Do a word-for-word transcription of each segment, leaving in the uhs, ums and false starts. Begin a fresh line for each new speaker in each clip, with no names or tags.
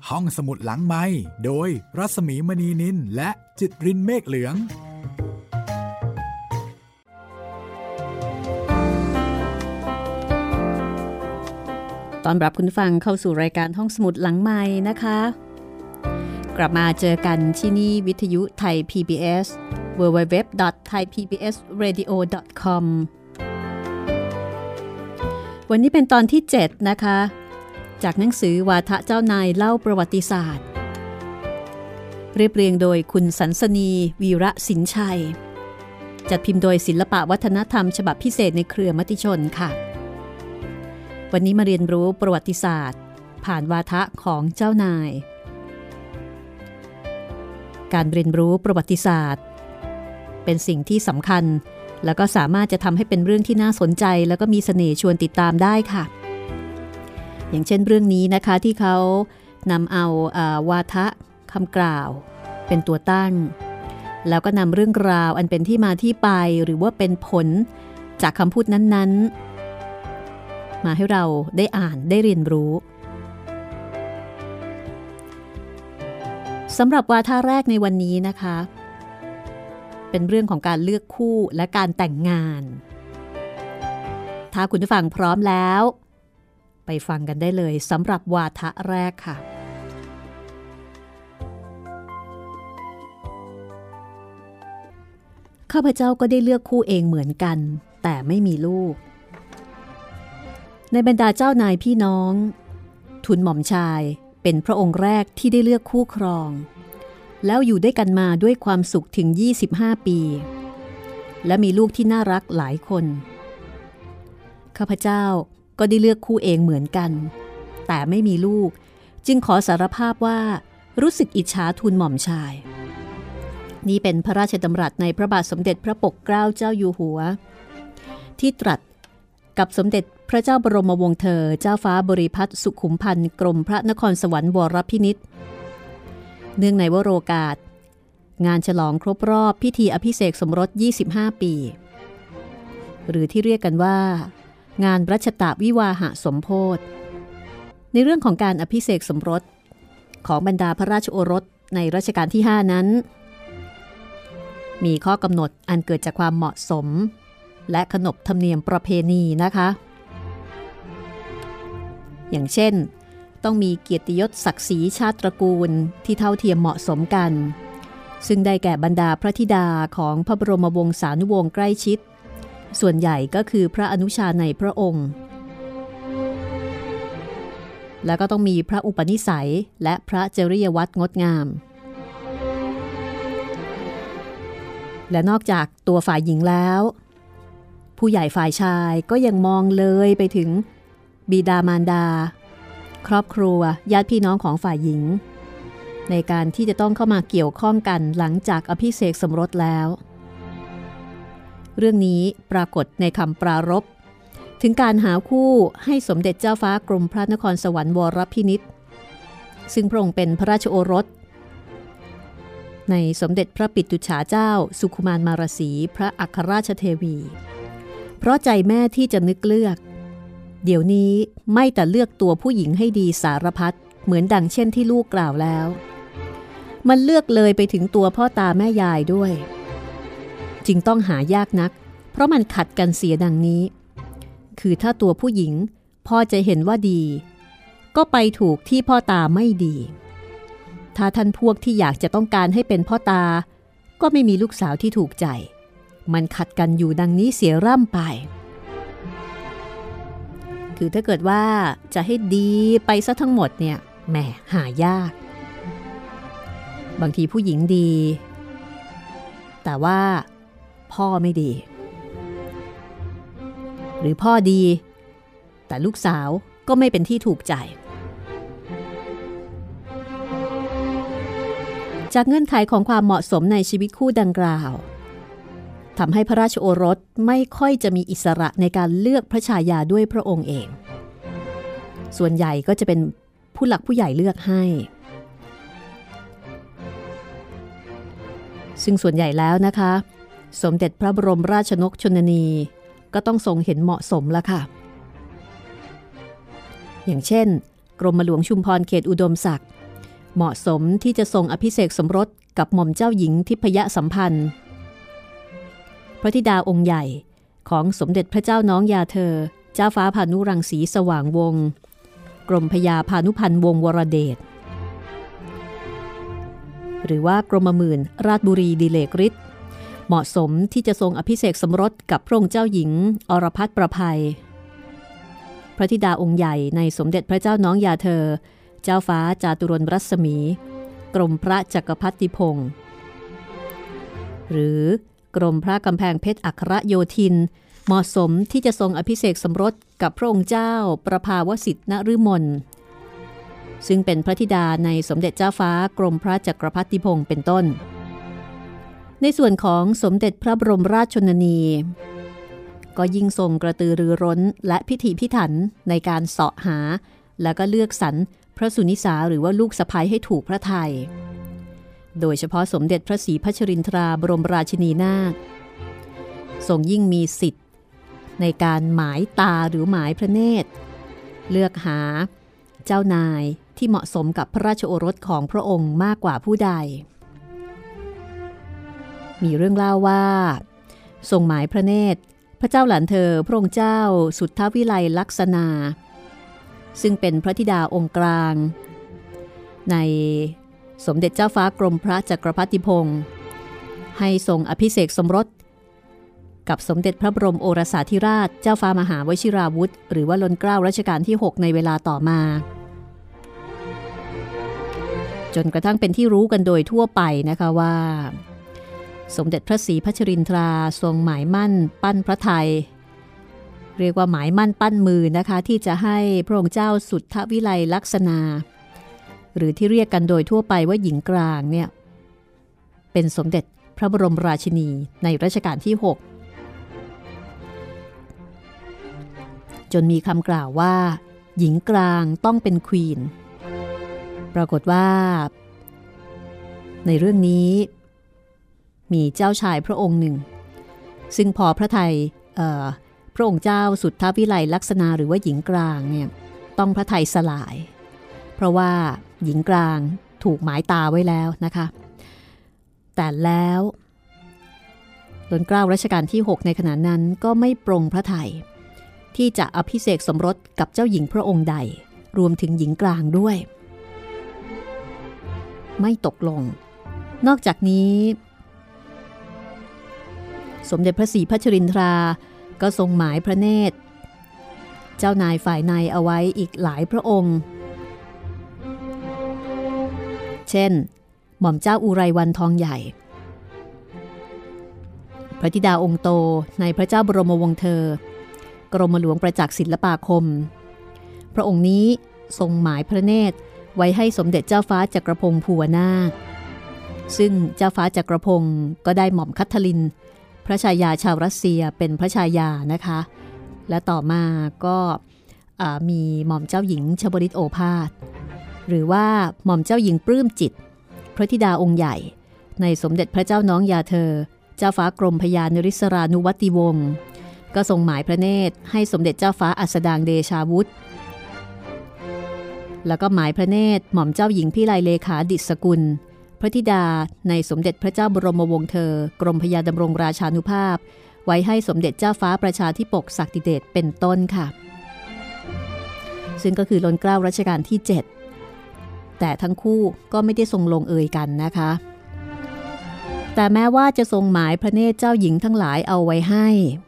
ห้องสมุดหลังไมค์โดยรัศมีมณีนินและจิตรินเมฆเหลือง
ตอนรับคุณฟังเข้าสู่รายการห้องสมุดหลังไมค์นะคะกลับมาเจอกันที่นี่วิทยุไทย พี บี เอส ดับเบิลยู ดับเบิลยู ดับเบิลยู ดอท ไทย พี บี เอส เรดิโอ ดอท คอม วันนี้เป็นตอนที่เจ็ดนะคะจากหนังสือวาทะเจ้านายเล่าประวัติศาสตร์เรียบเรียงโดยคุณสันสนีวีระสินชัยจัดพิมพ์โดยศิลปะวัฒนธรรมฉบับพิเศษในเครือมติชนค่ะวันนี้มาเรียนรู้ประวัติศาสตร์ผ่านวาทะของเจ้านายการเรียนรู้ประวัติศาสตร์เป็นสิ่งที่สำคัญแล้วก็สามารถจะทำให้เป็นเรื่องที่น่าสนใจแล้วก็มีเสน่ห์ชวนติดตามได้ค่ะอย่างเช่นเรื่องนี้นะคะที่เขานำเอาเอ่อวาทะคำกล่าวเป็นตัวตั้งแล้วก็นำเรื่องราวอันเป็นที่มาที่ไปหรือว่าเป็นผลจากคำพูดนั้นๆมาให้เราได้อ่านได้เรียนรู้สำหรับวาทะแรกในวันนี้นะคะเป็นเรื่องของการเลือกคู่และการแต่งงานถ้าคุณผู้ฟังพร้อมแล้วไปฟังกันได้เลยสำหรับวาทะแรกค่ะข้าพเจ้าก็ได้เลือกคู่เองเหมือนกันแต่ไม่มีลูกในบรรดาเจ้านายพี่น้องทุนหม่อมชายเป็นพระองค์แรกที่ได้เลือกคู่ครองแล้วอยู่ด้วยกันมาด้วยความสุขถึงยี่สิบห้าปีและมีลูกที่น่ารักหลายคนข้าพเจ้าก็ได้เลือกคู่เองเหมือนกันแต่ไม่มีลูกจึงขอสารภาพว่ารู้สึกอิจฉาทูลหม่อมชายนี่เป็นพระราชดำรัสในพระบาทสมเด็จพระปกเกล้าเจ้าอยู่หัวที่ตรัสกับสมเด็จพระเจ้าบรมวงศ์เธอเจ้าฟ้าบริพัตรสุขุมพันธ์กรมพระนครสวรรค์วรพินิจเนื่องในวโรกาสงานฉลองครบรอบพิธีอภิเษกสมรสยี่สิบห้าปีหรือที่เรียกกันว่างานรัชตวิวาหสมโภชในเรื่องของการอภิเษกสมรสของบรรดาพระราชโอรสในรัชกาลที่ห้านั้นมีข้อกำหนดอันเกิดจากความเหมาะสมและขนบธรรมเนียมประเพณีนะคะอย่างเช่นต้องมีเกียรติยศศักดิ์ศรีชาติตระกูลที่เท่าเทียมเหมาะสมกันซึ่งได้แก่บรรดาพระธิดาของพระบรมวงศานุวงศ์ใกล้ชิดส่วนใหญ่ก็คือพระอนุชาในพระองค์แล้วก็ต้องมีพระอุปนิสัยและพระจริยวัตรงดงามและนอกจากตัวฝ่ายหญิงแล้วผู้ใหญ่ฝ่ายชายก็ยังมองเลยไปถึงบิดามารดาครอบครัวญาติพี่น้องของฝ่ายหญิงในการที่จะต้องเข้ามาเกี่ยวข้องกันหลังจากอภิเษกสมรสแล้วเรื่องนี้ปรากฏในคำปรารภถึงการหาคู่ให้สมเด็จเจ้าฟ้ากรมพระนครสวรรค์วรพินิจซึ่งพระองค์เป็นพระราชโอรสในสมเด็จพระปิตุฉาเจ้าสุขุมารมารสีพระอัครราชเทวีเพราะใจแม่ที่จะนึกเลือกเดี๋ยวนี้ไม่แต่เลือกตัวผู้หญิงให้ดีสารพัดเหมือนดังเช่นที่ลูกกล่าวแล้วมันเลือกเลยไปถึงตัวพ่อตาแม่ยายด้วยจึงต้องหายากนักเพราะมันขัดกันเสียดังนี้คือถ้าตัวผู้หญิงพ่อจะเห็นว่าดีก็ไปถูกที่พ่อตาไม่ดีถ้าท่านพวกที่อยากจะต้องการให้เป็นพ่อตาก็ไม่มีลูกสาวที่ถูกใจมันขัดกันอยู่ดังนี้เสียร่ำไปคือถ้าเกิดว่าจะให้ดีไปซะทั้งหมดเนี่ยแหมหายากบางทีผู้หญิงดีแต่ว่าพ่อไม่ดีหรือพ่อดีแต่ลูกสาวก็ไม่เป็นที่ถูกใจจากเงื่อนไขของความเหมาะสมในชีวิตคู่ดังกล่าวทำให้พระราชโอรสไม่ค่อยจะมีอิสระในการเลือกพระชายาด้วยพระองค์เองส่วนใหญ่ก็จะเป็นผู้หลักผู้ใหญ่เลือกให้ซึ่งส่วนใหญ่แล้วนะคะสมเด็จพระบรมราชชนกชนนีก็ต้องทรงเห็นเหมาะสมละค่ะ อย่างเช่นกรมหลวงชุมพรเขตอุดมศักดิ์เหมาะสมที่จะทรงอภิเษกสมรสกับหม่อมเจ้าหญิงทิพยสัมพันธ์พระธิดาองค์ใหญ่ของสมเด็จพระเจ้าน้องยาเธอเจ้าฟ้าพานุรังสีสว่างวงศ์กรมพยาพานุพันธ์วงศ์วรเดชหรือว่ากรมหมื่นราชบุรีดิเลกฤทธิ์เหมาะสมที่จะทรงอภิเษกสมรสกับพระองค์เจ้าหญิงอรพัฒน์ประภัยพระธิดาองค์ใหญ่ในสมเด็จพระเจ้าน้องยาเธอเจ้าฟ้าจาตุรนรัศมีกรมพระจักรพรรดิพงศ์หรือกรมพระกำแพงเพชรอัครโยธินเหมาะสมที่จะทรงอภิเษกสมรสกับพระองค์เจ้าประภาวสิทธินฤมลซึ่งเป็นพระธิดาในสมเด็จเจ้าฟ้ากรมพระจักรพรรดิพงศ์เป็นต้นในส่วนของสมเด็จพระบรมราชชนนีก็ยิ่งทรงกระตือรือร้นและพิถีพิถันในการเสาะหาและก็เลือกสรรพระสุนิสาหรือว่าลูกสะใภ้ให้ถูกพระทัยโดยเฉพาะสมเด็จพระศรีพัชรินทราบรมราชินีนาถทรงยิ่งมีสิทธิ์ในการหมายตาหรือหมายพระเนตรเลือกหาเจ้านายที่เหมาะสมกับพระราชโอรสของพระองค์มากกว่าผู้ใดมีเรื่องเล่าว่าทรงหมายพระเนตรพระเจ้าหลานเธอพระองค์เจ้าสุทธวิไลลักษณาซึ่งเป็นพระธิดาองค์กลางในสมเด็จเจ้าฟ้ากรมพระจักรพรรดิพงศ์ให้ทรงอภิเษกสมรสกับสมเด็จพระบรมโอรสาธิราชเจ้าฟ้ามหาวชิราวุธหรือว่าล้นเกล้ารัชกาลที่หกในเวลาต่อมาจนกระทั่งเป็นที่รู้กันโดยทั่วไปนะคะว่าสมเด็จพระศรีพัชรินทราทรงหมายมั่นปั้นพระทัยเรียกว่าหมายมั่นปั้นมือนะคะที่จะให้พระองค์เจ้าสุทธวิไลลักษณาหรือที่เรียกกันโดยทั่วไปว่าหญิงกลางเนี่ยเป็นสมเด็จพระบรมราชินีในรัชกาลที่หกจนมีคำกล่าวว่าหญิงกลางต้องเป็นควีนปรากฏว่าในเรื่องนี้มีเจ้าชายพระองค์หนึ่งซึ่งพอพระทัยพระองค์เจ้าสุทธวิไลลักษณาหรือว่าหญิงกลางเนี่ยต้องพระทัยสลายเพราะว่าหญิงกลางถูกหมายตาไว้แล้วนะคะแต่แล้วล้นเกล้ารัชกาลที่หกในขณะนั้นก็ไม่ปรงพระทัยที่จะอภิเษกสมรสกับเจ้าหญิงพระองค์ใดรวมถึงหญิงกลางด้วยไม่ตกลงนอกจากนี้สมเด็จพระศรีพัชรินทราก็ทรงหมายพระเนตรเจ้านายฝ่ายในเอาไว้อีกหลายพระองค์เช่นหม่อมเจ้าอุไรวันทองใหญ่พระธิดาองค์โตในพระเจ้าบรมวงศ์เธอกรมหลวงประจักษ์ศิลปาคมพระองค์นี้ทรงหมายพระเนตรไว้ให้สมเด็จเจ้าฟ้าจักรพงศ์ภูวนาถซึ่งเจ้าฟ้าจักรพงศ์ก็ได้หม่อมคัทธลินพระชายาชาวรัสเซียเป็นพระชายานะคะและต่อมาก็มีหม่อมเจ้าหญิงชบริตโอภาสหรือว่าหม่อมเจ้าหญิงปลื้มจิตพระธิดาองค์ใหญ่ในสมเด็จพระเจ้าน้องยาเธอเจ้าฟ้ากรมพยานริศรานุวัติวงศ์ก็ทรงหมายพระเนตรให้สมเด็จเจ้าฟ้าอัสดางเดชาวุธแล้วก็หมายพระเนตรหม่อมเจ้าหญิงพิไลเลขาดิษกุลพระธิดาในสมเด็จพระเจ้าบรมวงศ์เธอกรมพยาดำรงราชานุภาพไว้ให้สมเด็จเจ้าฟ้าประชาธิปกศักดิเดชเป็นต้นค่ะซึ่งก็คือล้นเกล้ารัชกาลที่เจ็ดแต่ทั้งคู่ก็ไม่ได้ทรงลงเอยกันนะคะแต่แม้ว่าจะทรงหมายพระเนตรเจ้าหญิงทั้งหลายเอาไว้ให้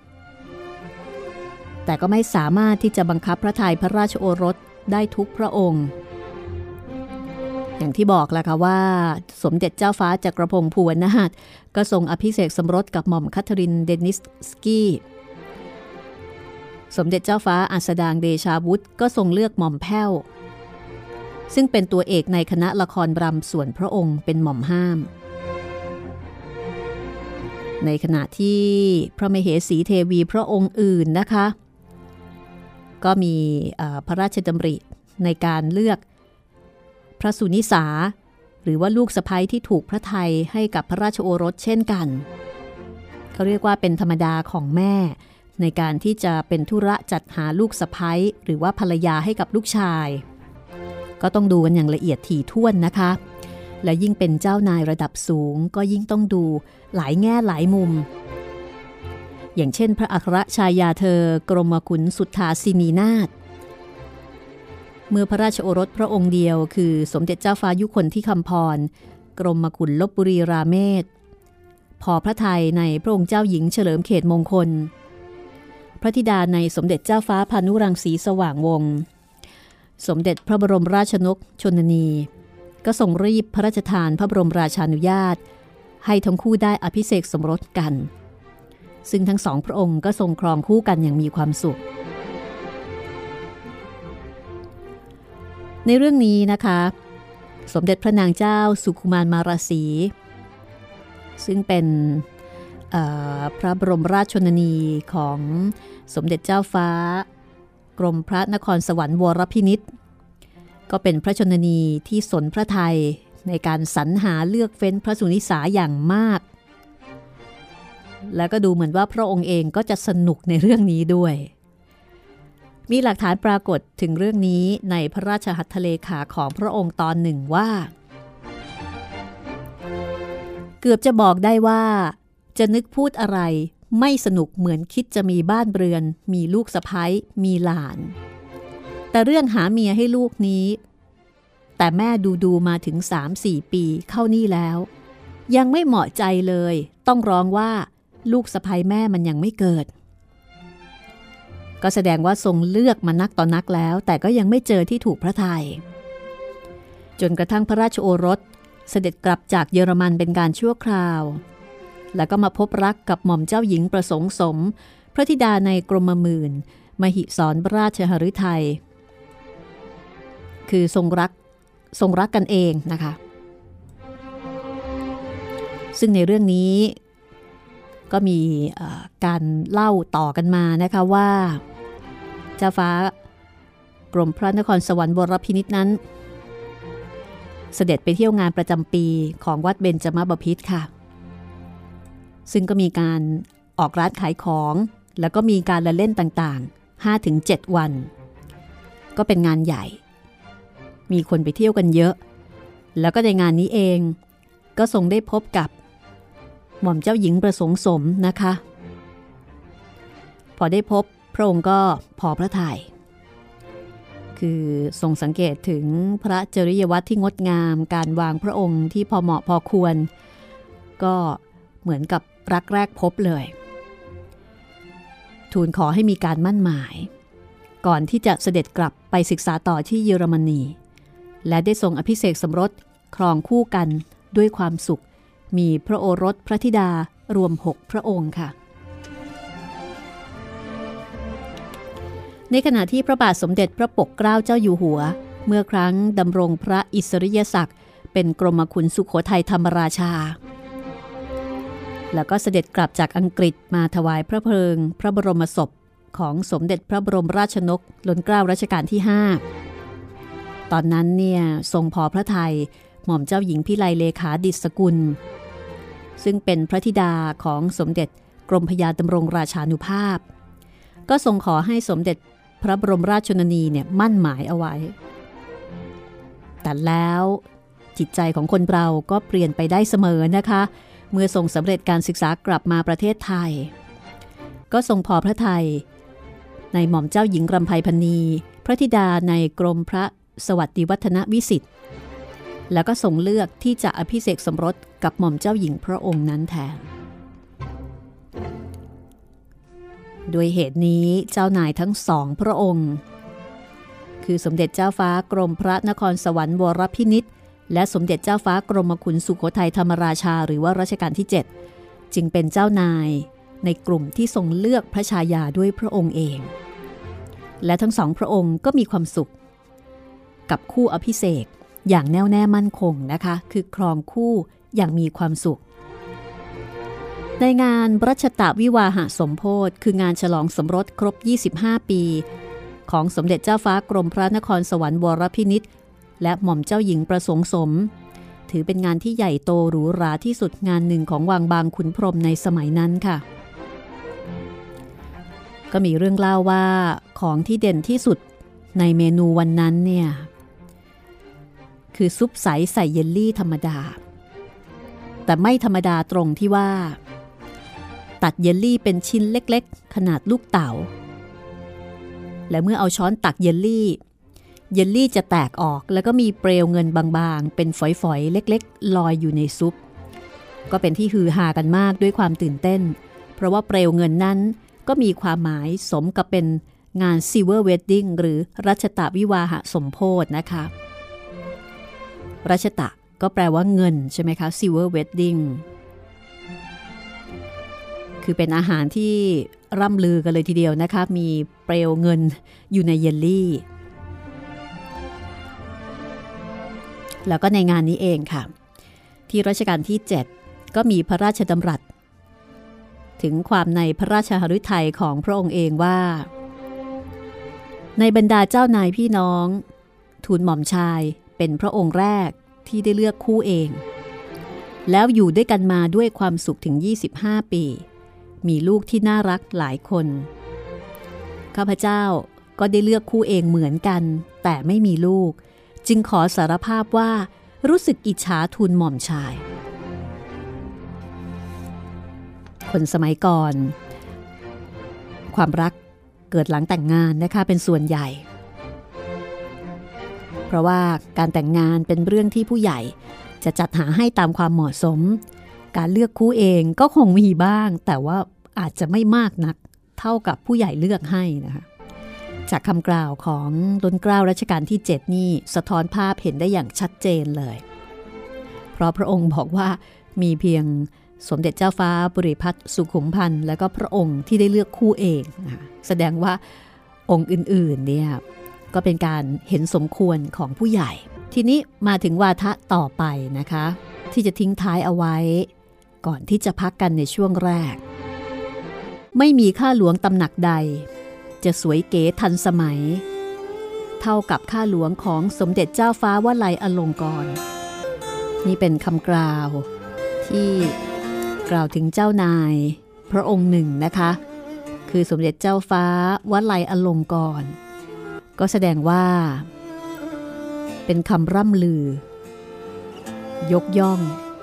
แต่ก็ไม่สามารถที่จะบังคับพระทัยพระราชโอรสได้ทุกพระองค์อย่างที่บอกแหละค่ะว่าสมเด็จเจ้าฟ้าจักรพงศ์ภูวนาถก็ทรงอภิเษกสมรสกับหม่อมคัทธรินเดนิสสกี้สมเด็จเจ้าฟ้าอัสดางเดชาวุธก็ทรงเลือกหม่อมแพ้วซึ่งเป็นตัวเอกในคณะละครรำส่วนพระองค์เป็นหม่อมห้ามในขณะที่พระมเหสีเทวีพระองค์อื่นนะคะก็มีพระราชดำริในการเลือกพระสุนิสาหรือว่าลูกสะใภ้ที่ถูกพระทัยให้กับพระราชโอรสเช่นกันเขาเรียกว่าเป็นธรรมดาของแม่ในการที่จะเป็นธุระจัดหาลูกสะใภ้หรือว่าภรรยาให้กับลูกชายก็ต้องดูกันอย่างละเอียดถี่ถ้วนนะคะและยิ่งเป็นเจ้านายระดับสูงก็ยิ่งต้องดูหลายแง่หลายมุมอย่างเช่นพระอัครชายาเธอกรมขุนสุทธาสินีนาถเมื่อพระราชโอรสพระองค์เดียวคือสมเด็จเจ้าฟ้ายุคนที่คำพรกรมขุนลพบุรีราเมศพอพระทัยในพระองค์เจ้าหญิงเฉลิมเขตมงคลพระธิดาในสมเด็จเจ้าฟ้าพานุรังสีสว่างวงศ์สมเด็จพระบรมราชนกชนนีก็ทรงรีบพระราชทานพระบรมราชานุญาตให้ทั้งคู่ได้อภิเษกสมรสกันซึ่งทั้งสองพระองค์ก็ทรงครองคู่กันอย่างมีความสุขในเรื่องนี้นะคะสมเด็จพระนางเจ้าสุขุมารมาราสีซึ่งเป็นพระบรมราชชนนีของสมเด็จเจ้าฟ้ากรมพระนครสวรรค์วรพินิจก็เป็นพระชนนีที่สนพระทัยในการสรรหาเลือกเฟ้นพระสุนิสาอย่างมากและก็ดูเหมือนว่าพระองค์เองก็จะสนุกในเรื่องนี้ด้วยมีหลักฐานปรากฏถึงเรื่องนี้ในพระราชหัตถเลขาของพระองค์ตอนหนึ่งว่าเกือบจะบอกได้ว่าจะนึกพูดอะไรไม่สนุกเหมือนคิดจะมีบ้านเรือนมีลูกสะใภ้มีหลานแต่เรื่องหาเมียให้ลูกนี้แต่แม่ดูดูมาถึง สามสี่ ปีเข้านี่แล้วยังไม่เหมาะใจเลยต้องร้องว่าลูกสะใภ้แม่มันยังไม่เกิดก็แสดงว่าทรงเลือกมานักต่อนักแล้วแต่ก็ยังไม่เจอที่ถูกพระทัยจนกระทั่งพระราชโอรสเสด็จกลับจากเยอรมันเป็นการชั่วคราวแล้วก็มาพบรักกับหม่อมเจ้าหญิงประสงค์สมพระธิดาในกรมหมื่นมหิศรราชหฤทัยคือทรงรักทรงรักกันเองนะคะซึ่งในเรื่องนี้ก็มีการเล่าต่อกันมานะคะว่าเจ้าฟ้ากรมพระนครสวรรค์วรพินิจนั้นเสด็จไปเที่ยวงานประจำปีของวัดเบญจมบพิตรค่ะซึ่งก็มีการออกร้านขายของแล้วก็มีการละเล่นต่างๆ ห้าถึงเจ็ด วันก็เป็นงานใหญ่มีคนไปเที่ยวกันเยอะแล้วก็ในงานนี้เองก็ทรงได้พบกับหม่อมเจ้าหญิงประสงค์สมนะคะพอได้พบพระองค์ก็พอพระทัยคือทรงสังเกตถึงพระจริยวัตรที่งดงามการวางพระองค์ที่พอเหมาะพอควรก็เหมือนกับรักแรกพบเลยทูลขอให้มีการมั่นหมายก่อนที่จะเสด็จกลับไปศึกษาต่อที่เยอรมนีและได้ทรงอภิเษกสมรสครองคู่กันด้วยความสุขมีพระโอรสพระธิดารวมหกพระองค์ค่ะในขณะที่พระบาทสมเด็จพระปกเกล้าเจ้าอยู่หัวเมื่อครั้งดำรงพระอิสริยศักดิ์เป็นกรมขุนสุโขทัยธรรมราชาแล้วก็เสด็จกลับจากอังกฤษมาถวายพระเพลิงพระบรมศพของสมเด็จพระบรมราชนกล้นเกล้ารัชกาลที่ห้าตอนนั้นเนี่ยทรงพอพระทัยหม่อมเจ้าหญิงพิไลเลขาดิษกุลซึ่งเป็นพระธิดาของสมเด็จกรมพยาดำรงราชานุภาพก็ทรงขอให้สมเด็จพระบรมราชชนนีเนี่ยมั่นหมายเอาไว้แต่แล้วจิตใจของคนเราก็เปลี่ยนไปได้เสมอนะคะเมื่อทรงสำเร็จการศึกษากลับมาประเทศไทยก็ทรงพอพระทัยในหม่อมเจ้าหญิงรำไพพรรณีพระธิดาในกรมพระสวัสดิวัฒนวิสิทธิ์แล้วก็ทรงเลือกที่จะอภิเษกสมรสกับหม่อมเจ้าหญิงพระองค์นั้นแทนด้วยเหตุนี้เจ้านายทั้งสองพระองค์คือสมเด็จเจ้าฟ้ากรมพระนครสวรรค์วรพินิจและสมเด็จเจ้าฟ้ากรมขุนสุโขทัยธรรมราชาหรือว่ารัชกาลที่เจ็ดจึงเป็นเจ้านายในกลุ่มที่ทรงเลือกพระชายาด้วยพระองค์เองและทั้งสองพระองค์ก็มีความสุขกับคู่อภิเษกอย่างแน่วแน่มั่นคงนะคะคือครองคู่อย่างมีความสุขในงานรัชตะวิวาหสมโภชคืองานฉลองสมรสครบยี่สิบห้าปีของสมเด็จเจ้าฟ้ากรมพระนครสวรรค์วรพินิจและหม่อมเจ้าหญิงประสงค์สมถือเป็นงานที่ใหญ่โตหรูหราที่สุดงานหนึ่งของวังบางขุนพรหมในสมัยนั้นค่ะก็มีเรื่องเล่าว่าของที่เด่นที่สุดในเมนูวันนั้นเนี่ยคือซุปใสใส่เยลลี่ธรรมดาแต่ไม่ธรรมดาตรงที่ว่าตัดเยลลี่เป็นชิ้นเล็กๆขนาดลูกเต๋าและเมื่อเอาช้อนตักเยลลี่เยลลี่จะแตกออกแล้วก็มีเปลวเงินบางๆเป็นฝอยๆเล็กๆลอยอยู่ในซุปก็เป็นที่ฮือฮากันมากด้วยความตื่นเต้นเพราะว่าเปลวเงินนั้นก็มีความหมายสมกับเป็นงาน Silver Wedding หรือรัชตะวิวาหสมโภชนะคะรัชตะก็แปลว่าเงินใช่ไหมคะ Silver Wedding คือเป็นอาหารที่ร่ำลือกันเลยทีเดียวนะคะมีเปลวเงินอยู่ในเยลลี่แล้วก็ในงานนี้เองค่ะที่รัชกาลที่เจ็ดก็มีพระราชดำรัสถึงความในพระราชหฤทัยของพระองค์เองว่าในบรรดาเจ้านายพี่น้องทูลหม่อมชายเป็นพระองค์แรกที่ได้เลือกคู่เองแล้วอยู่ด้วยกันมาด้วยความสุขถึงยี่สิบห้าปีมีลูกที่น่ารักหลายคนข้าพเจ้าก็ได้เลือกคู่เองเหมือนกันแต่ไม่มีลูกจึงขอสารภาพว่ารู้สึกอิจฉาทูลหม่อมชายคนสมัยก่อนความรักเกิดหลังแต่งงานนะคะเป็นส่วนใหญ่เพราะว่าการแต่งงานเป็นเรื่องที่ผู้ใหญ่จะจัดหาให้ตามความเหมาะสมการเลือกคู่เองก็คงมีบ้างแต่ว่าอาจจะไม่มากนักเท่ากับผู้ใหญ่เลือกให้นะคะจากคำกล่าวของล้นเกล้ารัชกาลที่เจ็ดนี่สะท้อนภาพเห็นได้อย่างชัดเจนเลยเพราะพระองค์บอกว่ามีเพียงสมเด็จเจ้าฟ้าบริพัตรสุขุมพันธ์และก็พระองค์ที่ได้เลือกคู่เองนะคะแสดงว่าองค์อื่นๆเนี่ยก็เป็นการเห็นสมควรของผู้ใหญ่ทีนี้มาถึงวาทะต่อไปนะคะที่จะทิ้งท้ายเอาไว้ก่อนที่จะพักกันในช่วงแรกไม่มีข้าหลวงตำหนักใดจะสวยเก๋ทันสมัยเท่ากับข้าหลวงของสมเด็จเจ้าฟ้าวลัยอลงกรณ์นี่เป็นคำกล่าวที่กล่าวถึงเจ้านายพระองค์หนึ่งนะคะคือสมเด็จเจ้าฟ้าวลัยอลงกรณ์ก็แสดงว่าเป็นคำร่ำลือยกย่อง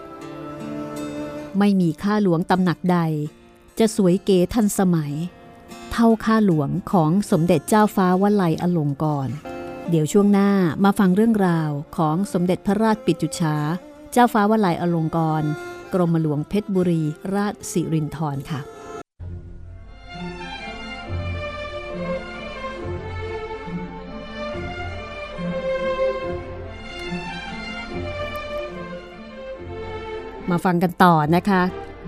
ไม่มีข้าหลวงตำหนักใดจะสวยเก๋ทันสมัยเท่าข้าหลวงของสมเด็จเจ้าฟ้าวลัยอลงกรณ์เดี๋ยวช่วงหน้ามาฟังเรื่องราวของสมเด็จพระราชปิตุฉาเจ้าฟ้าวลัยอลงกรณ์กรมหลวงเพชรบุรีราชสิรินธรค่ะมาฟังกันต่อนะคะ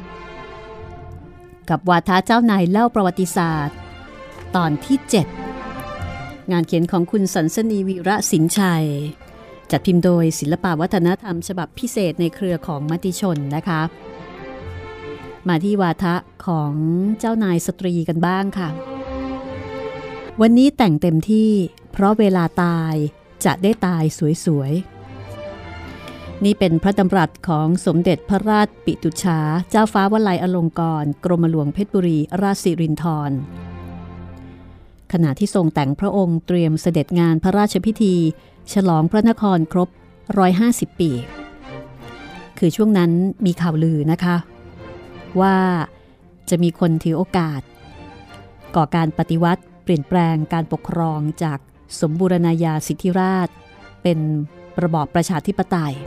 กับวาทะเจ้านายเล่าประวัติศาสตร์ตอนที่เจ็ดงานเขียนของคุณสันสนีวีระสินชัยจัดพิมพ์โดยศิลปวัฒนธรรมฉบับพิเศษในเครือของมติชนนะคะมาที่วาทะของเจ้านายสตรีกันบ้างค่ะวันนี้แต่งเต็มที่เพราะเวลาตายจะได้ตายสวยๆนี่เป็นพระดำรัสของสมเด็จพระราชปิตุฉาเจ้าฟ้าวลัยอลงกรณ์กรมหลวงเพชรบุรีราชสิรินธรขณะที่ทรงแต่งพระองค์เตรียมเสด็จงานพระราชพิธีฉลองพระนครครบหนึ่งร้อยห้าสิบปีคือช่วงนั้นมีข่าวลือนะคะว่าจะมีคนถือโอกาสก่อการปฏิวัติเปลี่ยนแปลงการปกครองจากสมบูรณาญาสิทธิราชเป็นระบอบประชาธิปไตย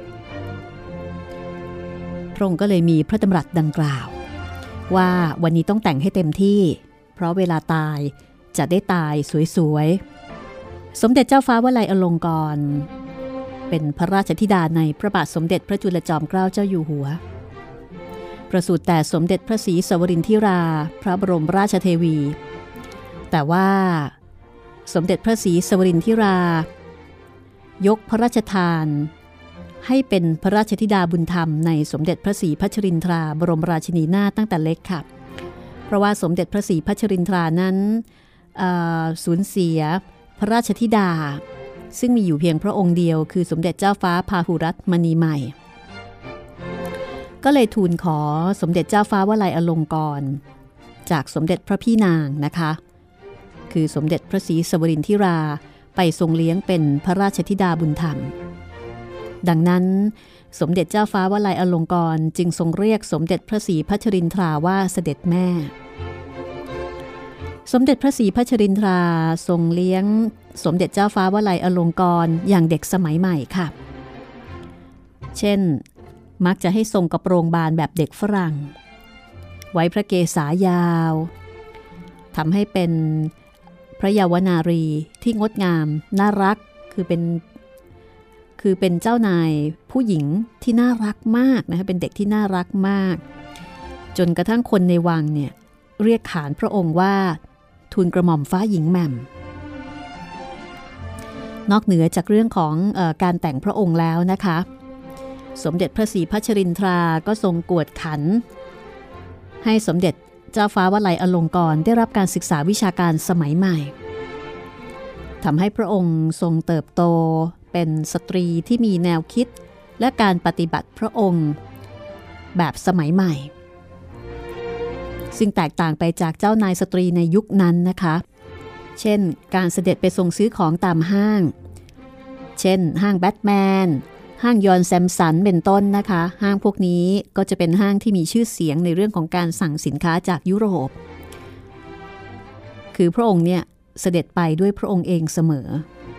พระองค์ก็เลยมีพระดำรัสดังกล่าวว่าวันนี้ต้องแต่งให้เต็มที่เพราะเวลาตายจะได้ตายสวยๆสมเด็จเจ้าฟ้าวลัยอลงกรณ์เป็นพระราชธิดาในพระบาทสมเด็จพระจุลจอมเกล้าเจ้าอยู่หัวประสูติแต่สมเด็จพระศรีสวรินธิราพระบรมราชเทวีแต่ว่าสมเด็จพระศรีสวรินธิรายกพระราชทานให้เป็นพระราชธิดาบุญธรรมในสมเด็จพระศรีพัชรินทราบรมราชินีนาถตั้งแต่เล็กค่ะเพราะว่าสมเด็จพระศรีพัชรินทรานั้นสูญเสียพระราชธิดาซึ่งมีอยู่เพียงพระองค์เดียวคือสมเด็จเจ้าฟ้าพาหุรัตน์มณีใหม่ก็เลยทูลขอสมเด็จเจ้าฟ้าวลัยอลงกรณ์จากสมเด็จพระพี่นางนะคะคือสมเด็จพระศรีสวรินธิราไปทรงเลี้ยงเป็นพระราชธิดาบุญธรรมดังนั้นสมเด็จเจ้าฟ้าวลัยอลงกรณ์จึงทรงเรียกสมเด็จพระศรีพัชรินทราว่าเสด็จแม่สมเด็จพระศรีพัชรินทราทรงเลี้ยงสมเด็จเจ้าฟ้าวลัยอลงกรณ์อย่างเด็กสมัยใหม่ค่ะเช่นมักจะให้ทรงกระโปรงบานแบบเด็กฝรั่งไว้พระเกศายาวทำให้เป็นพระเยาวนารีที่งดงามน่ารักคือเป็นคือเป็นเจ้านายผู้หญิงที่น่ารักมากนะคะเป็นเด็กที่น่ารักมากจนกระทั่งคนในวังเนี่ยเรียกขานพระองค์ว่าทูลกระหม่อมฟ้าหญิงแหม่มนอกเหนือจากเรื่องของเอ่อการแต่งพระองค์แล้วนะคะสมเด็จพระศรีพัชรินทราก็ทรงกวดขันให้สมเด็จเจ้าฟ้าวลัยอลงกรณ์ได้รับการศึกษาวิชาการสมัยใหม่ทำให้พระองค์ทรงเติบโตเป็นสตรีที่มีแนวคิดและการปฏิบัติพระองค์แบบสมัยใหม่ซึ่งแตกต่างไปจากเจ้านายสตรีในยุคนั้นนะคะเช่นการเสด็จไปส่งซื้อของตามห้างเช่นห้างแบทแมนห้างยอนแซมสันเป็นต้นนะคะห้างพวกนี้ก็จะเป็นห้างที่มีชื่อเสียงในเรื่องของการสั่งสินค้าจากยุโรปคือพระองค์เนี่ยเสด็จไปด้วยพระองค์เองเสมอ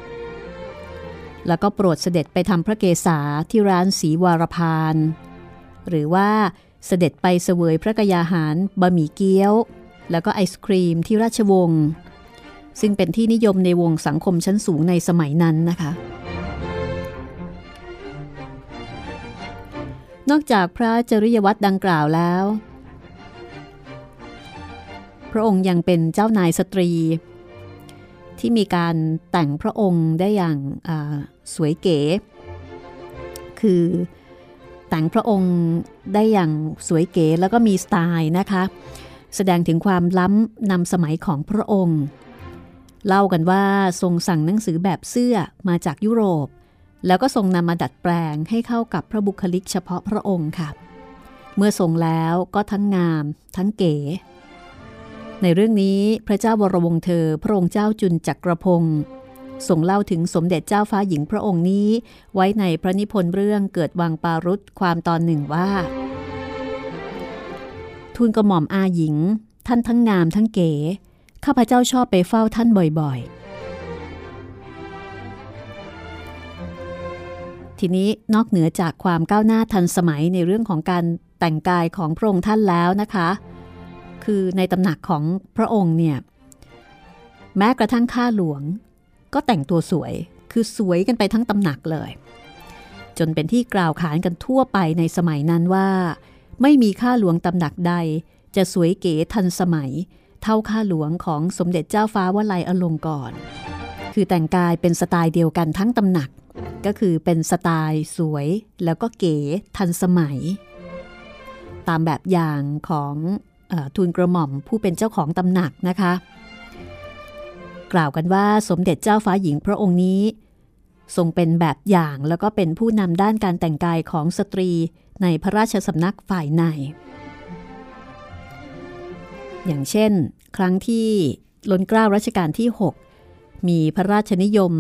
แล้วก็โปรดเสด็จไปทำพระเกศาที่ร้านศรีวารพานหรือว่าเสด็จไปเสวยพระกยาหารบะหมี่เกี๊ยวแล้วก็ไอศครีมที่ราชวงศ์ซึ่งเป็นที่นิยมในวงสังคมชั้นสูงในสมัยนั้นนะคะนอกจากพระจริยวัตรดังกล่าวแล้วพระองค์ยังเป็นเจ้านายสตรีที่มีการแต่งพระองค์ได้อย่างสวยเก๋คือแต่งพระองค์ได้อย่างสวยเก๋แล้วก็มีสไตล์นะคะแสดงถึงความล้ำนำสมัยของพระองค์เล่ากันว่าทรงสั่งหนังสือแบบเสื้อมาจากยุโรปแล้วก็ทรงนำมาดัดแปลงให้เข้ากับพระบุคลิกเฉพาะพระองค์ค่ะเมื่อทรงแล้วก็ทั้งงามทั้งเก๋ในเรื่องนี้พระเจ้าวรวงศ์เธอพระองค์เจ้าจุลจักรพงศ์ทรงเล่าถึงสมเด็จเจ้าฟ้าหญิงพระองค์นี้ไว้ในพระนิพนธ์เรื่องเกิดวังปารุษความตอนหนึ่งว่าทูลกระหม่อมอาหญิงท่านทั้งงามทั้งเก๋ข้าพเจ้าชอบไปเฝ้าท่านบ่อยๆทีนี้นอกเหนือจากความก้าวหน้าทันสมัยในเรื่องของการแต่งกายของพระองค์ท่านแล้วนะคะคือในตำหนักของพระองค์เนี่ยแม้กระทั่งข้าหลวงก็แต่งตัวสวยคือสวยกันไปทั้งตำหนักเลยจนเป็นที่กล่าวขานกันทั่วไปในสมัยนั้นว่าไม่มีข้าหลวงตำหนักใดจะสวยเก๋ทันสมัยเท่าข้าหลวงของสมเด็จเจ้าฟ้าวลัยอลงกรณ์คือแต่งกายเป็นสไตล์เดียวกันทั้งตำหนักก็คือเป็นสไตล์สวยแล้วก็เก๋ทันสมัยตามแบบอย่างของทูลกระหม่อมผู้เป็นเจ้าของตำหนักนะคะกล่าวกันว่าสมเด็จเจ้าฟ้าหญิงพระองค์นี้ทรงเป็นแบบอย่างแล้วก็เป็นผู้นำด้านการแต่งกายของสตรีในพระราชสำนักฝ่ายในอย่างเช่นครั้งที่ล้นเกล้ารัชกาลที่หกมีพระราชนิยม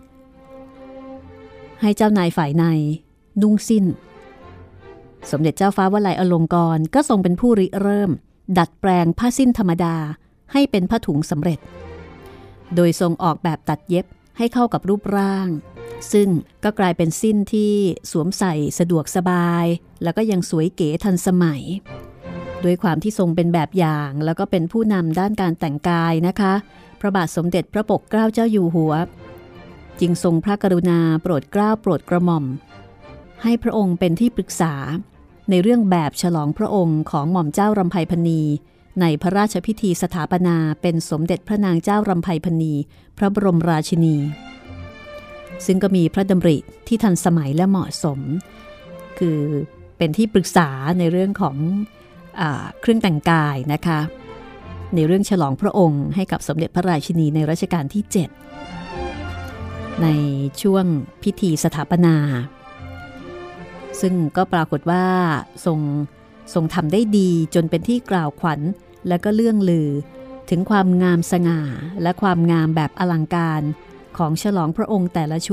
ให้เจ้านายฝ่ายในนุ่งสิ้นสมเด็จเจ้าฟ้าวลัยอลงกรณ์ก็ทรงเป็นผู้ริเริ่มดัดแปลงผ้าสิ้นธรรมดาให้เป็นผ้าถุงสำเร็จโดยทรงออกแบบตัดเย็บให้เข้ากับรูปร่างซึ่งก็กลายเป็นสิ้นที่สวมใส่สะดวกสบายแล้วก็ยังสวยเก๋ทันสมัยด้วยความที่ทรงเป็นแบบอย่างแล้วก็เป็นผู้นำด้านการแต่งกายนะคะพระบาทสมเด็จพระปกเกล้าเจ้าอยู่หัวจึงทรงพระกรุณาโปรดเกล้าโปรดกระหม่อมให้พระองค์เป็นที่ปรึกษาในเรื่องแบบฉลองพระองค์ของหม่อมเจ้ารำไพพรรณีในพระราชพิธีสถาปนาเป็นสมเด็จพระนางเจ้ารำไพพรรณีพระบรมราชินีซึ่งก็มีพระดำริที่ทันสมัยและเหมาะสมคือเป็นที่ปรึกษาในเรื่องของอ่าเครื่องแต่งกายนะคะในเรื่องฉลองพระองค์ให้กับสมเด็จพระราชินีในรัชกาลที่เจ็ดในช่วงพิธีสถาปนาซึ่งก็ปรากฏว่าทรงทรงทำได้ดีจนเป็นที่กล่าวขวัญและก็เลื่องลือถึงความงามสง่าและความงามแบบอลังการของฉลองพระองค์แต่ละชุด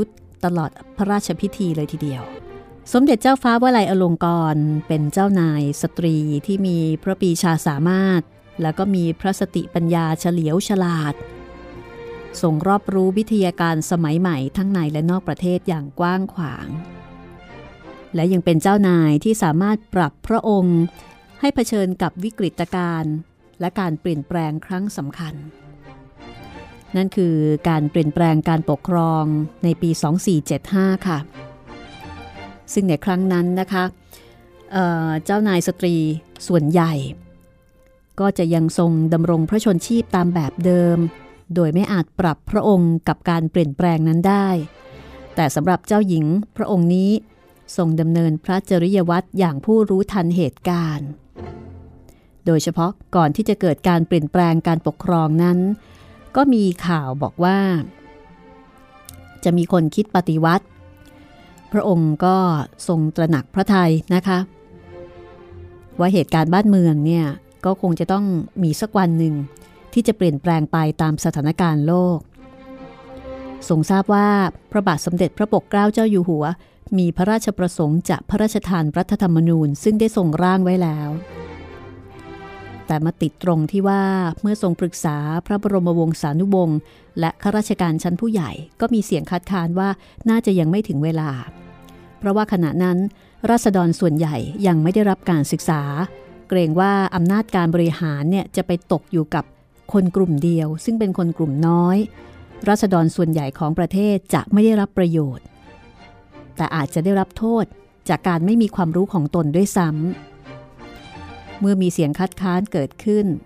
ตลอดพระราชพิธีเลยทีเดียวสมเด็จเจ้าฟ้าวลัยอลงกรณ์เป็นเจ้านายสตรีที่มีพระปรีชาสามารถแล้วก็มีพระสติปัญญาเฉลียวฉลาดทรงรอบรู้วิทยาการสมัยใหม่ทั้งในและนอกประเทศอย่างกว้างขวางและยังเป็นเจ้านายที่สามารถปรับพระองค์ให้เผชิญกับวิกฤตการณ์และการเปลี่ยนแปลงครั้งสำคัญนั่นคือการเปลี่ยนแปลงการปกครองในปีสองสี่เจ็ดห้าค่ะซึ่งในครั้งนั้นนะคะเอ่อเจ้านายสตรีส่วนใหญ่ก็จะยังทรงดำรงพระชนชีพตามแบบเดิมโดยไม่อาจปรับพระองค์กับการเปลี่ยนแปลงนั้นได้แต่สำหรับเจ้าหญิงพระองค์นี้ทรงดำเนินพระจริยวัตรอย่างผู้รู้ทันเหตุการณ์โดยเฉพาะก่อนที่จะเกิดการเปลี่ยนแปลงการปกครองนั้นก็มีข่าวบอกว่าจะมีคนคิดปฏิวัติพระองค์ก็ทรงตระหนักพระทัยนะคะว่าเหตุการณ์บ้านเมืองเนี่ยก็คงจะต้องมีสักวันหนึ่งที่จะเปลี่ยนแปลงไปตามสถานการณ์โลกทรงทราบว่าพระบาทสมเด็จพระปกเกล้าเจ้าอยู่หัวมีพระราชประสงค์จะพระราชทานรัฐธรรมนูญซึ่งได้ทรงร่างไว้แล้วแต่มาติดตรงที่ว่าเมื่อทรงปรึกษาพระบรมวงศานุวงศ์และข้าราชการชั้นผู้ใหญ่ก็มีเสียงคัดค้านว่าน่าจะยังไม่ถึงเวลาเพราะว่าขณะนั้นราษฎรส่วนใหญ่ยังไม่ได้รับการศึกษาเกรงว่าอำนาจการบริหารเนี่ยจะไปตกอยู่กับคนกลุ่มเดียวซึ่งเป็นคนกลุ่มน้อยราษฎรส่วนใหญ่ของประเทศจะไม่ได้รับประโยชน์แต่อาจจะได้รับโทษจากการไม่มีความรู้ของตนด้วยซ้ำเมื่อมีเสียงคัดค้านเกิดขึ้น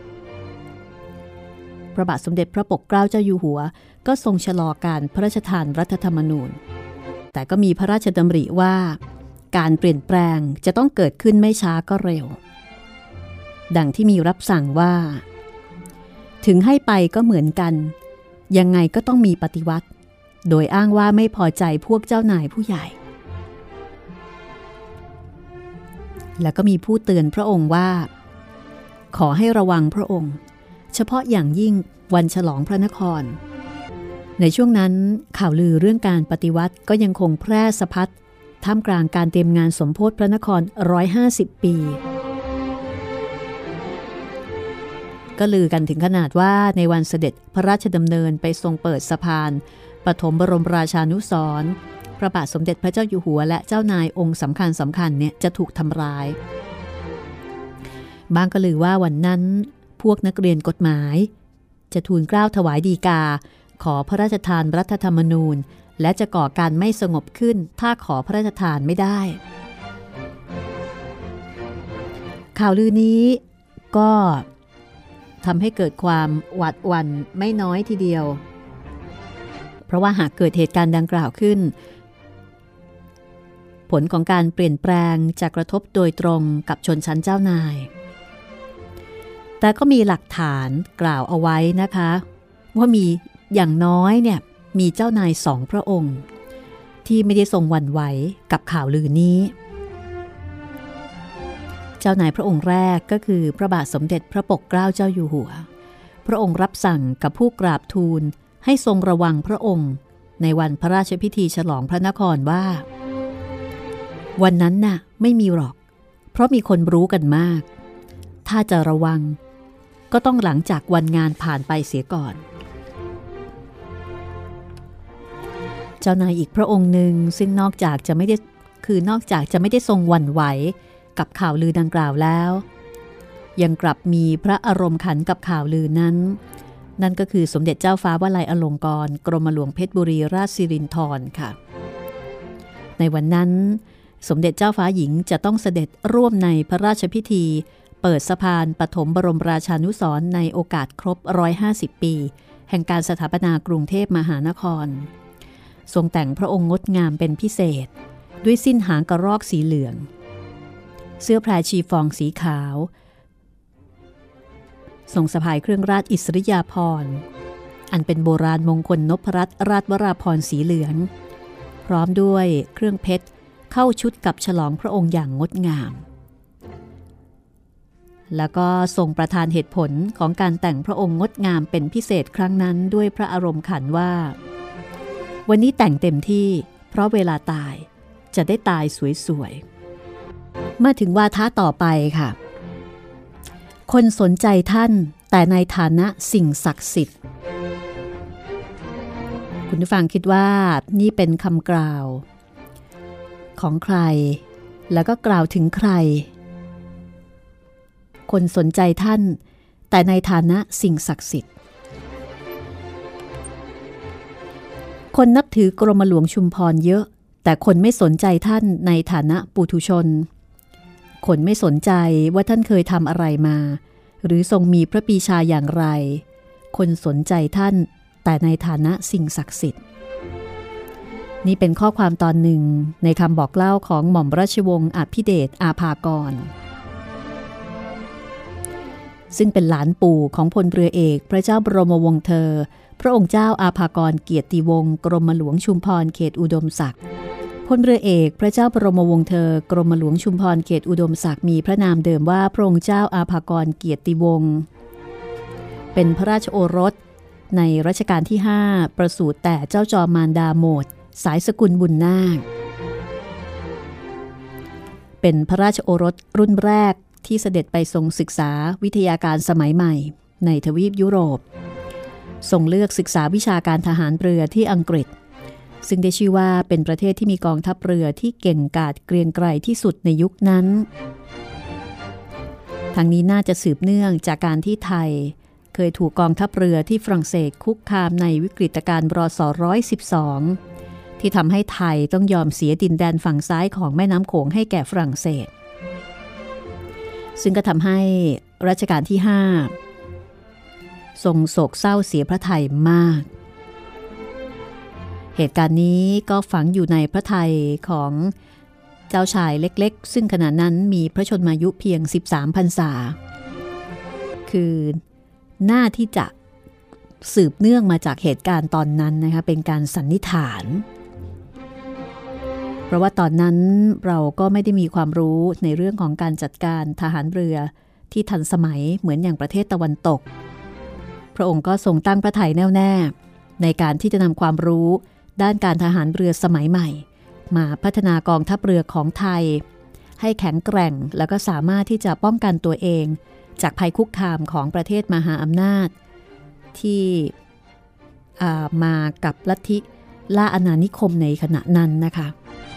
พระบาทสมเด็จพระปกเกล้าเจ้าอยู่หัวก็ทรงชะลอการพระราชทานรัฐธรรมนูญแต่ก็มีพระราชดำริว่าการเปลี่ยนแปลงจะต้องเกิดขึ้นไม่ช้าก็เร็วดังที่มีรับสั่งว่าถึงให้ไปก็เหมือนกันยังไงก็ต้องมีปฏิวัติโดยอ้างว่าไม่พอใจพวกเจ้านายผู้ใหญ่แล้วก็มีผู้เตือนพระองค์ว่าขอให้ระวังพระองค์เฉพาะอย่างยิ่งวันฉลองพระนครในช่วงนั้นข่าวลือเรื่องการปฏิวัติก็ยังคงแพร่สะพัดท่ามกลางการเตรียมงานสมโภชพระนครหนึ่งร้อยห้าสิบปีก็ลือกันถึงขนาดว่าในวันเสด็จพระราชดำเนินไปทรงเปิดสะพานปฐมบรมราชานุสรณ์พระบาทสมเด็จพระเจ้าอยู่หัวและเจ้านายองค์สำคัญสำคัญเนี่ยจะถูกทำร้ายบางก็ลือว่าวันนั้นพวกนักเรียนกฎหมายจะทูลเกล้าถวายฎีกาขอพระราชทานรัฐธรรมนูญและจะก่อการไม่สงบขึ้นถ้าขอพระราชทานไม่ได้ข่าวลือนี้ก็ทำให้เกิดความหวาดหวั่นไม่น้อยทีเดียวเพราะว่าหากเกิดเหตุการณ์ดังกล่าวขึ้นผลของการเปลี่ยนแปลงจะกระทบโดยตรงกับชนชั้นเจ้านายแต่ก็มีหลักฐานกล่าวเอาไว้นะคะว่ามีอย่างน้อยเนี่ยมีเจ้านายสองพระองค์ที่ไม่ได้ทรงหวั่นไหวกับข่าวลือนี้เจ้านายพระองค์แรกก็คือพระบาทสมเด็จพระปกเกล้าเจ้าอยู่หัวพระองค์รับสั่งกับผู้กราบทูลให้ทรงระวังพระองค์ในวันพระราชพิธีฉลองพระนครว่าวันนั้นน่ะไม่มีหรอกเพราะมีคนรู้กันมากถ้าจะระวังก็ต้องหลังจากวันงานผ่านไปเสียก่อนเจ้านายอีกพระองค์หนึ่งซึ่งนอกจากจะไม่ได้คือนอกจากจะไม่ได้ทรงหวั่นไหวกับข่าวลือดังกล่าวแล้วยังกลับมีพระอารมณ์ขันกับข่าวลือนั้นนั่นก็คือสมเด็จเจ้าฟ้าวลัยอลงกรณ์กรมหลวงเพชรบุรีราชสิรินธรค่ะในวันนั้นสมเด็จเจ้าฟ้าหญิงจะต้องเสด็จร่วมในพระราชพิธีเปิดสะพานปฐมบรมราชานุสรณ์ในโอกาสครบหนึ่งร้อยห้าสิบปีแห่งการสถาปนากรุงเทพมหานครทรงแต่งพระองค์งดงามเป็นพิเศษด้วยสิ้นหางกระรอกสีเหลืองเสื้อแพรชีฟองสีขาวทรงสะพายเครื่องราชอิสริยาภรณ์อันเป็นโบราณมงคลนพรัตน์ราชวราภรณ์สีเหลืองพร้อมด้วยเครื่องเพชรเข้าชุดกับฉลองพระองค์อย่างงดงามแล้วก็ทรงประทานเหตุผลของการแต่งพระองค์งดงามเป็นพิเศษครั้งนั้นด้วยพระอารมณ์ขันว่าวันนี้แต่งเต็มที่เพราะเวลาตายจะได้ตายสวยๆมาถึงวาทะต่อไปค่ะคนสนใจท่านแต่ในฐานะสิ่งศักดิ์สิทธิ์คุณผู้ฟังคิดว่านี่เป็นคำกล่าวของใครแล้วก็กล่าวถึงใครคนสนใจท่านแต่ในฐานะสิ่งศักดิ์สิทธิ์คนนับถือกรมหลวงชุมพรเยอะแต่คนไม่สนใจท่านในฐานะปุถุชนคนไม่สนใจว่าท่านเคยทำอะไรมาหรือทรงมีพระปรีชาอย่างไรคนสนใจท่านแต่ในฐานะสิ่งศักดิ์สิทธิ์นี่เป็นข้อความตอนหนึ่งในคำบอกเล่าของหม่อมราชวงศ์อภิเดชอาภากรซึ่งเป็นหลานปู่ของพลเรือเอกพระเจ้าบรมวงศ์เธอพระองค์เจ้าอาภากรเกียรติวงศ์กรมหลวงชุมพรเขตอุดมศักดิ์พลเรือเอกพระเจ้าบรมวงศ์เธอกรมหลวงชุมพรเขตอุดมศักดิ์มีพระนามเดิมว่าพระองค์เจ้าอาภากรเกียรติวงศ์เป็นพระราชโอรสในรัชกาลที่ห้าประสูติแต่เจ้าจอมมารดาโหมดสายสกุลบุญนาคเป็นพระราชโอรสรุ่นแรกที่เสด็จไปทรงศึกษาวิทยาการสมัยใหม่ในทวีปยุโรปทรงเลือกศึกษาวิชาการทหารเรือที่อังกฤษซึ่งได้ชื่อว่าเป็นประเทศที่มีกองทัพเรือที่เก่งกาจเกรียงไกรที่สุดในยุคนั้นทั้งนี้น่าจะสืบเนื่องจากการที่ไทยเคยถูกกองทัพเรือที่ฝรั่งเศสคุกคามในวิกฤตการณ์รศหนึ่งร้อยสิบสองที่ทำให้ไทยต้องยอมเสียดินแดนฝั่งซ้ายของแม่น้ำโขงให้แก่ฝรั่งเศสซึ่งก็ทำให้รัชกาลที่ห้าทรงโศกเศร้าเสียพระทัยมากเหตุการณ์นี้ก็ฝังอยู่ในพระทัยของเจ้าชายเล็กๆซึ่งขณะนั้นมีพระชนมายุเพียงสิบสามพรรษาคือหน้าที่จะสืบเนื่องมาจากเหตุการณ์ตอนนั้นนะคะเป็นการสันนิษฐานเพราะว่าตอนนั้นเราก็ไม่ได้มีความรู้ในเรื่องของการจัดการทหารเรือที่ทันสมัยเหมือนอย่างประเทศตะวันตกพระองค์ก็ทรงตั้งพระทัยแน่วแน่ในการที่จะนำความรู้ด้านการทหารเรือสมัยใหม่มาพัฒนากองทัพเรือของไทยให้แข็งแกร่งแล้วก็สามารถที่จะป้องกันตัวเองจากภัยคุกคามของประเทศมหาอำนาจที่มากับลัทธิล่าอาณานิคมในขณะนั้นนะคะ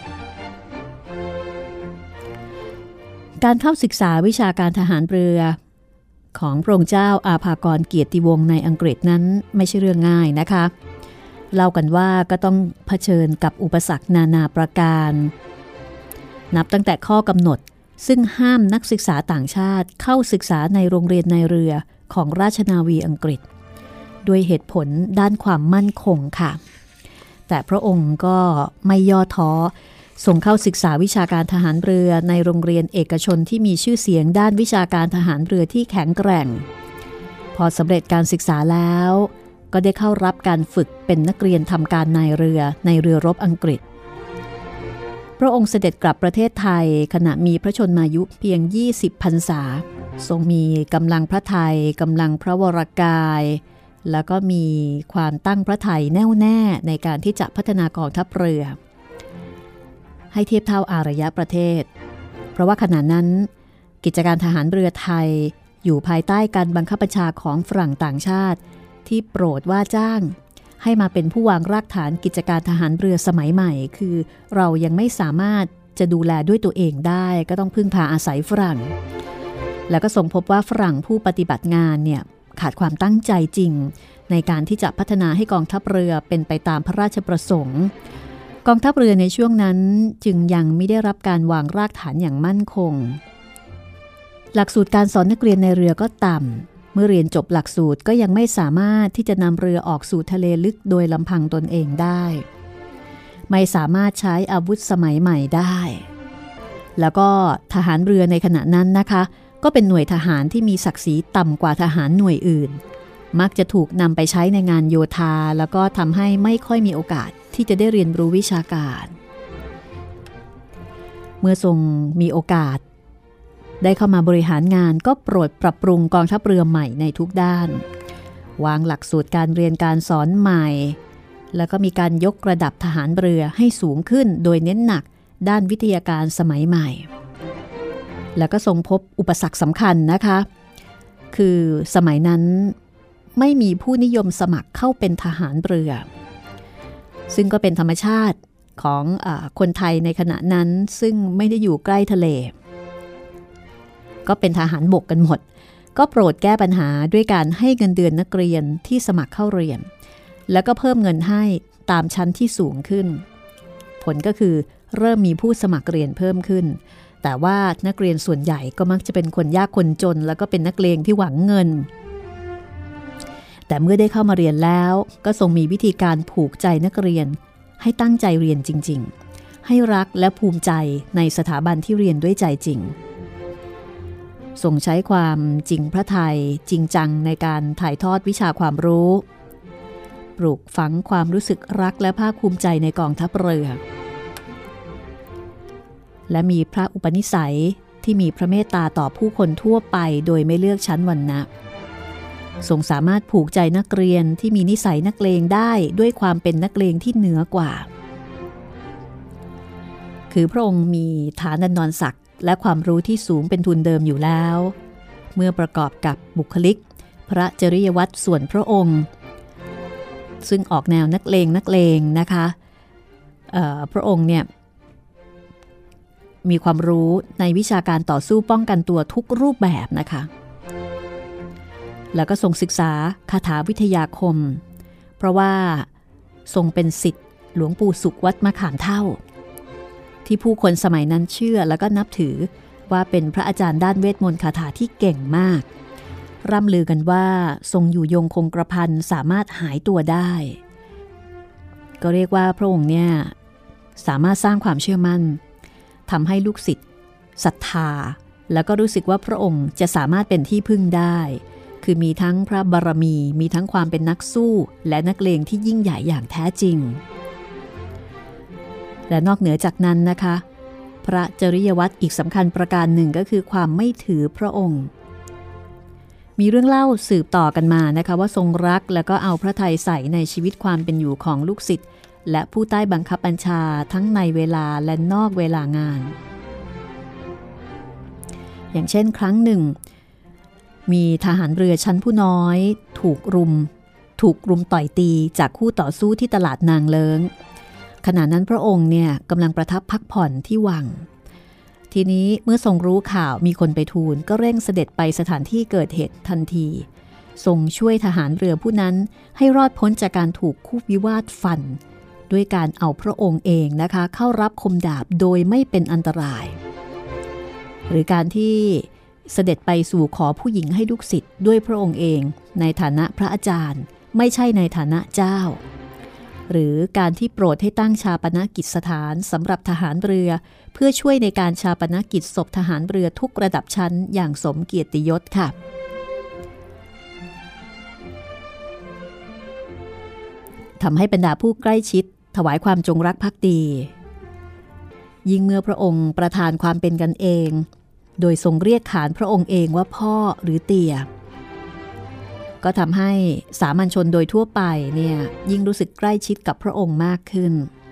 การเข้าศึกษาวิชาการทหารเรือของพระองค์เจ้าอาภากรเกียรติวงศ์ในอังกฤษนั้นไม่ใช่เรื่องง่ายนะคะเล่ากันว่าก็ต้องเผชิญกับอุปสรรคนานาประการนับตั้งแต่ข้อกำหนดซึ่งห้ามนักศึกษาต่างชาติเข้าศึกษาในโรงเรียนในเรือของราชนาวีอังกฤษด้วยเหตุผลด้านความมั่นคงค่ะแต่พระองค์ก็ไม่ย่อท้อส่งเข้าศึกษาวิชาการทหารเรือในโรงเรียนเอกชนที่มีชื่อเสียงด้านวิชาการทหารเรือที่แข็งแกร่งพอสำเร็จการศึกษาแล้วก็ได้เข้ารับการฝึกเป็นนักเรียนทำการนายเรือในเรือรบอังกฤษพระองค์เสด็จกลับประเทศไทยขณะมีพระชนมายุเพียงยี่สิบพรรษาทรงมีกำลังพระทัยกำลังพระวรกายแล้วก็มีความตั้งพระทัยแน่วแน่ในการที่จะพัฒนากองทัพเรือให้เทียบเท่าอารยประเทศเพราะว่าขณะนั้นกิจการทหารเรือไทยอยู่ภายใต้การบังคับบัญชาของฝรั่งต่างชาติที่โปรดว่าจ้างให้มาเป็นผู้วางรากฐานกิจการทหารเรือสมัยใหม่คือเรายังไม่สามารถจะดูแลด้วยตัวเองได้ก็ต้องพึ่งพาอาศัยฝรั่งแล้วก็ทรงพบว่าฝรั่งผู้ปฏิบัติงานเนี่ยขาดความตั้งใจจริงในการที่จะพัฒนาให้กองทัพเรือเป็นไปตามพระราชประสงค์กองทัพเรือในช่วงนั้นจึงยังไม่ได้รับการวางรากฐานอย่างมั่นคงหลักสูตรการสอนนักเรียนในเรือก็ต่ำเมื่อเรียนจบหลักสูตรก็ยังไม่สามารถที่จะนำเรือออกสู่ทะเลลึกโดยลำพังตนเองได้ไม่สามารถใช้อาวุธสมัยใหม่ได้แล้วก็ทหารเรือในขณะนั้นนะคะก็เป็นหน่วยทหารที่มีศักดิ์ศรีต่ำกว่าทหารหน่วยอื่นมักจะถูกนำไปใช้ในงานโยธาแล้วก็ทำให้ไม่ค่อยมีโอกาสที่จะได้เรียนรู้วิชาการเมื่อทรงมีโอกาสได้เข้ามาบริหารงานก็โปรดปรับปรุงกองทัพเรือใหม่ในทุกด้านวางหลักสูตรการเรียนการสอนใหม่แล้วก็มีการยกระดับทหารเรือให้สูงขึ้นโดยเน้นหนักด้านวิทยาการสมัยใหม่แล้วก็ทรงพบอุปสรรคสำคัญนะคะคือสมัยนั้นไม่มีผู้นิยมสมัครเข้าเป็นทหารเรือซึ่งก็เป็นธรรมชาติของอ่าคนไทยในขณะนั้นซึ่งไม่ได้อยู่ใกล้ทะเลก็เป็นทหารบกกันหมดก็โปรดแก้ปัญหาด้วยการให้เงินเดือนนักเรียนที่สมัครเข้าเรียนแล้วก็เพิ่มเงินให้ตามชั้นที่สูงขึ้นผลก็คือเริ่มมีผู้สมัครเรียนเพิ่มขึ้นแต่ว่านักเรียนส่วนใหญ่ก็มักจะเป็นคนยากคนจนแล้วก็เป็นนักเลงที่หวังเงินแต่เมื่อได้เข้ามาเรียนแล้วก็ทรงมีวิธีการผูกใจนักเรียนให้ตั้งใจเรียนจริงๆให้รักและภูมิใจในสถาบันที่เรียนด้วยใจจริงทรงใช้ความจริงพระทัยจริงจังในการถ่ายทอดวิชาความรู้ปลูกฝังความรู้สึกรักและภาคภูมิใจในกองทัพเรือและมีพระอุปนิสัยที่มีพระเมตตาต่อผู้คนทั่วไปโดยไม่เลือกชั้นวรรณะทรงสามารถผูกใจนักเรียนที่มีนิสัยนักเลงได้ด้วยความเป็นนักเลงที่เหนือกว่าคือพระองค์มีฐานันดรศักดิ์และความรู้ที่สูงเป็นทุนเดิมอยู่แล้วเมื่อประกอบกับบุคลิกพระจริยวัตรส่วนพระองค์ซึ่งออกแนวนักเลงนักเลงนะคะพระองค์เนี่ยมีความรู้ในวิชาการต่อสู้ป้องกันตัวทุกรูปแบบนะคะแล้วก็ทรงศึกษาคาถาวิทยาคมเพราะว่าทรงเป็นศิษย์หลวงปู่สุขวัดมะขามเท่าที่ผู้คนสมัยนั้นเชื่อแล้วก็นับถือว่าเป็นพระอาจารย์ด้านเวทมนต์คาถาที่เก่งมากร่ำลือกันว่าทรงอยู่ยงคงกระพันสามารถหายตัวได้ก็เรียกว่าพระองค์เนี่ยสามารถสร้างความเชื่อมั่นทำให้ลูกศิษย์ศรัทธาแล้วก็รู้สึกว่าพระองค์จะสามารถเป็นที่พึ่งได้คือมีทั้งพระบารมีมีทั้งความเป็นนักสู้และนักเลงที่ยิ่งใหญ่อย่างแท้จริงและนอกเหนือจากนั้นนะคะพระจริยวัตรอีกสำคัญประการหนึ่งก็คือความไม่ถือพระองค์มีเรื่องเล่าสืบต่อกันมานะคะว่าทรงรักแล้วก็เอาพระทัยใส่ในชีวิตความเป็นอยู่ของลูกศิษย์และผู้ใต้บังคับบัญชาทั้งในเวลาและนอกเวลางานอย่างเช่นครั้งหนึ่งมีทหารเรือชั้นผู้น้อยถูกรุมถูกรุมต่อยตีจากคู่ต่อสู้ที่ตลาดนางเลิ้งขณะนั้นพระองค์เนี่ยกำลังประทับพักผ่อนที่วังทีนี้เมื่อทรงรู้ข่าวมีคนไปทูลก็เร่งเสด็จไปสถานที่เกิดเหตุทันทีทรงช่วยทหารเรือผู้นั้นให้รอดพ้นจากการถูกคู่วิวาทฟันด้วยการเอาพระองค์เองนะคะเข้ารับคมดาบโดยไม่เป็นอันตรายหรือการที่เสด็จไปสู่ขอผู้หญิงให้ลูกศิษย์ด้วยพระองค์เองในฐานะพระอาจารย์ไม่ใช่ในฐานะเจ้าหรือการที่โปรดให้ตั้งชาปนกิจสถานสำหรับทหารเรือเพื่อช่วยในการชาปนกิจศพทหารเรือทุกระดับชั้นอย่างสมเกียรติยศค่ะทำให้บรรดาผู้ใกล้ชิดถวายความจงรักภักดียิ่งเมื่อพระองค์ประทานความเป็นกันเองโดยทรงเรียกขานพระองค์เองว่าพ่อหรือเตี่ยก็ทำให้สามัญชนโดยทั่วไปเนี่ยยิ่งรู้สึกใกล้ชิดกับพระองค์มากขึ้น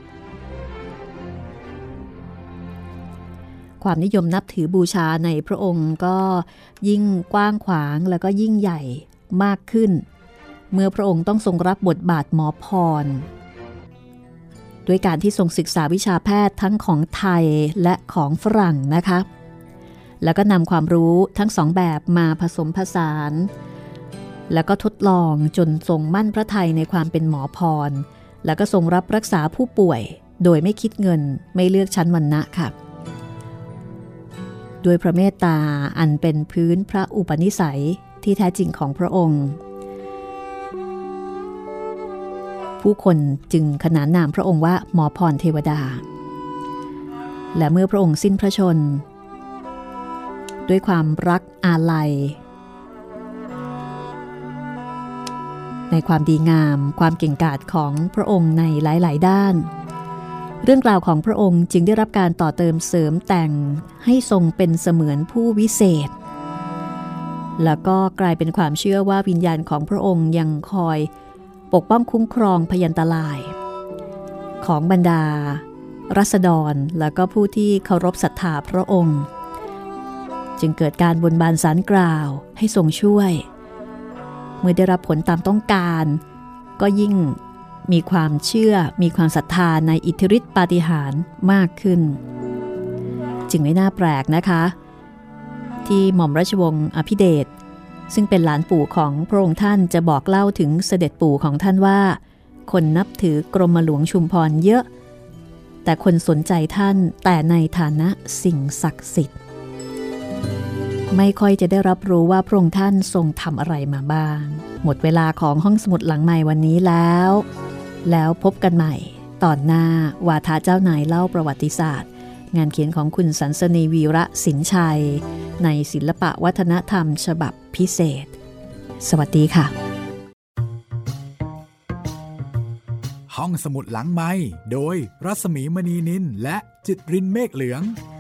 ความนิยมนับถือบูชาในพระองค์ก็ยิ่งกว้างขวางแล้วก็ยิ่งใหญ่มากขึ้นเมื่อพระองค์ต้องทรงรับบทบาทหมอพรด้วยการที่ทรงศึกษาวิชาแพทย์ทั้งของไทยและของฝรั่งนะคะแล้วก็นำความรู้ทั้งสองแบบมาผสมผสานแล้วก็ทดลองจนทรงมั่นพระทัยในความเป็นหมอพรแล้วก็ทรงรับรักษาผู้ป่วยโดยไม่คิดเงินไม่เลือกชั้นวรรณะค่ะด้วยพระเมตตาอันเป็นพื้นพระอุปนิสัยที่แท้จริงของพระองค์ผู้คนจึงขนานนามพระองค์ว่าหมอพรเทวดาและเมื่อพระองค์สิ้นพระชนด้วยความรักอาลัยในความดีงามความเก่งกาจของพระองค์ในหลายๆด้านเรื่องราวของพระองค์จึงได้รับการต่อเติมเสริมแต่งให้ทรงเป็นเสมือนผู้วิเศษแล้วก็กลายเป็นความเชื่อว่าวิญญาณของพระองค์ยังคอยปกป้องคุ้มครองพยันตรายของบรรดาราษฎรและก็ผู้ที่เคารพศรัทธาพระองค์จึงเกิดการบนบานศาลกล่าวให้ทรงช่วยเมื่อได้รับผลตามต้องการก็ยิ่งมีความเชื่อมีความศรัทธาในอิทธิฤทธิปาฏิหาริย์มากขึ้นจึงไม่น่าแปลกนะคะที่หม่อมราชวงศ์อภิเดชซึ่งเป็นหลานปู่ของพระองค์ท่านจะบอกเล่าถึงเสด็จปู่ของท่านว่าคนนับถือกรมหลวงชุมพรเยอะแต่คนสนใจท่านแต่ในฐานะสิ่งศักดิ์สิทธิ์ไม่ค่อยจะได้รับรู้ว่าพระองค์ท่านทรงทำอะไรมาบ้างหมดเวลาของห้องสมุดหลังใหม่วันนี้แล้วแล้วพบกันใหม่ตอนหน้าวาทะเจ้านายเล่าประวัติศาสตร์งานเขียนของคุณสันสนีวีระสินชัยในศิลปะวัฒนธรรมฉบับพิเศษสวัสดีค่ะ
ห้องสมุดหลังไมค์โดยรัศมีมณีนินและจิตรินเมฆเหลือง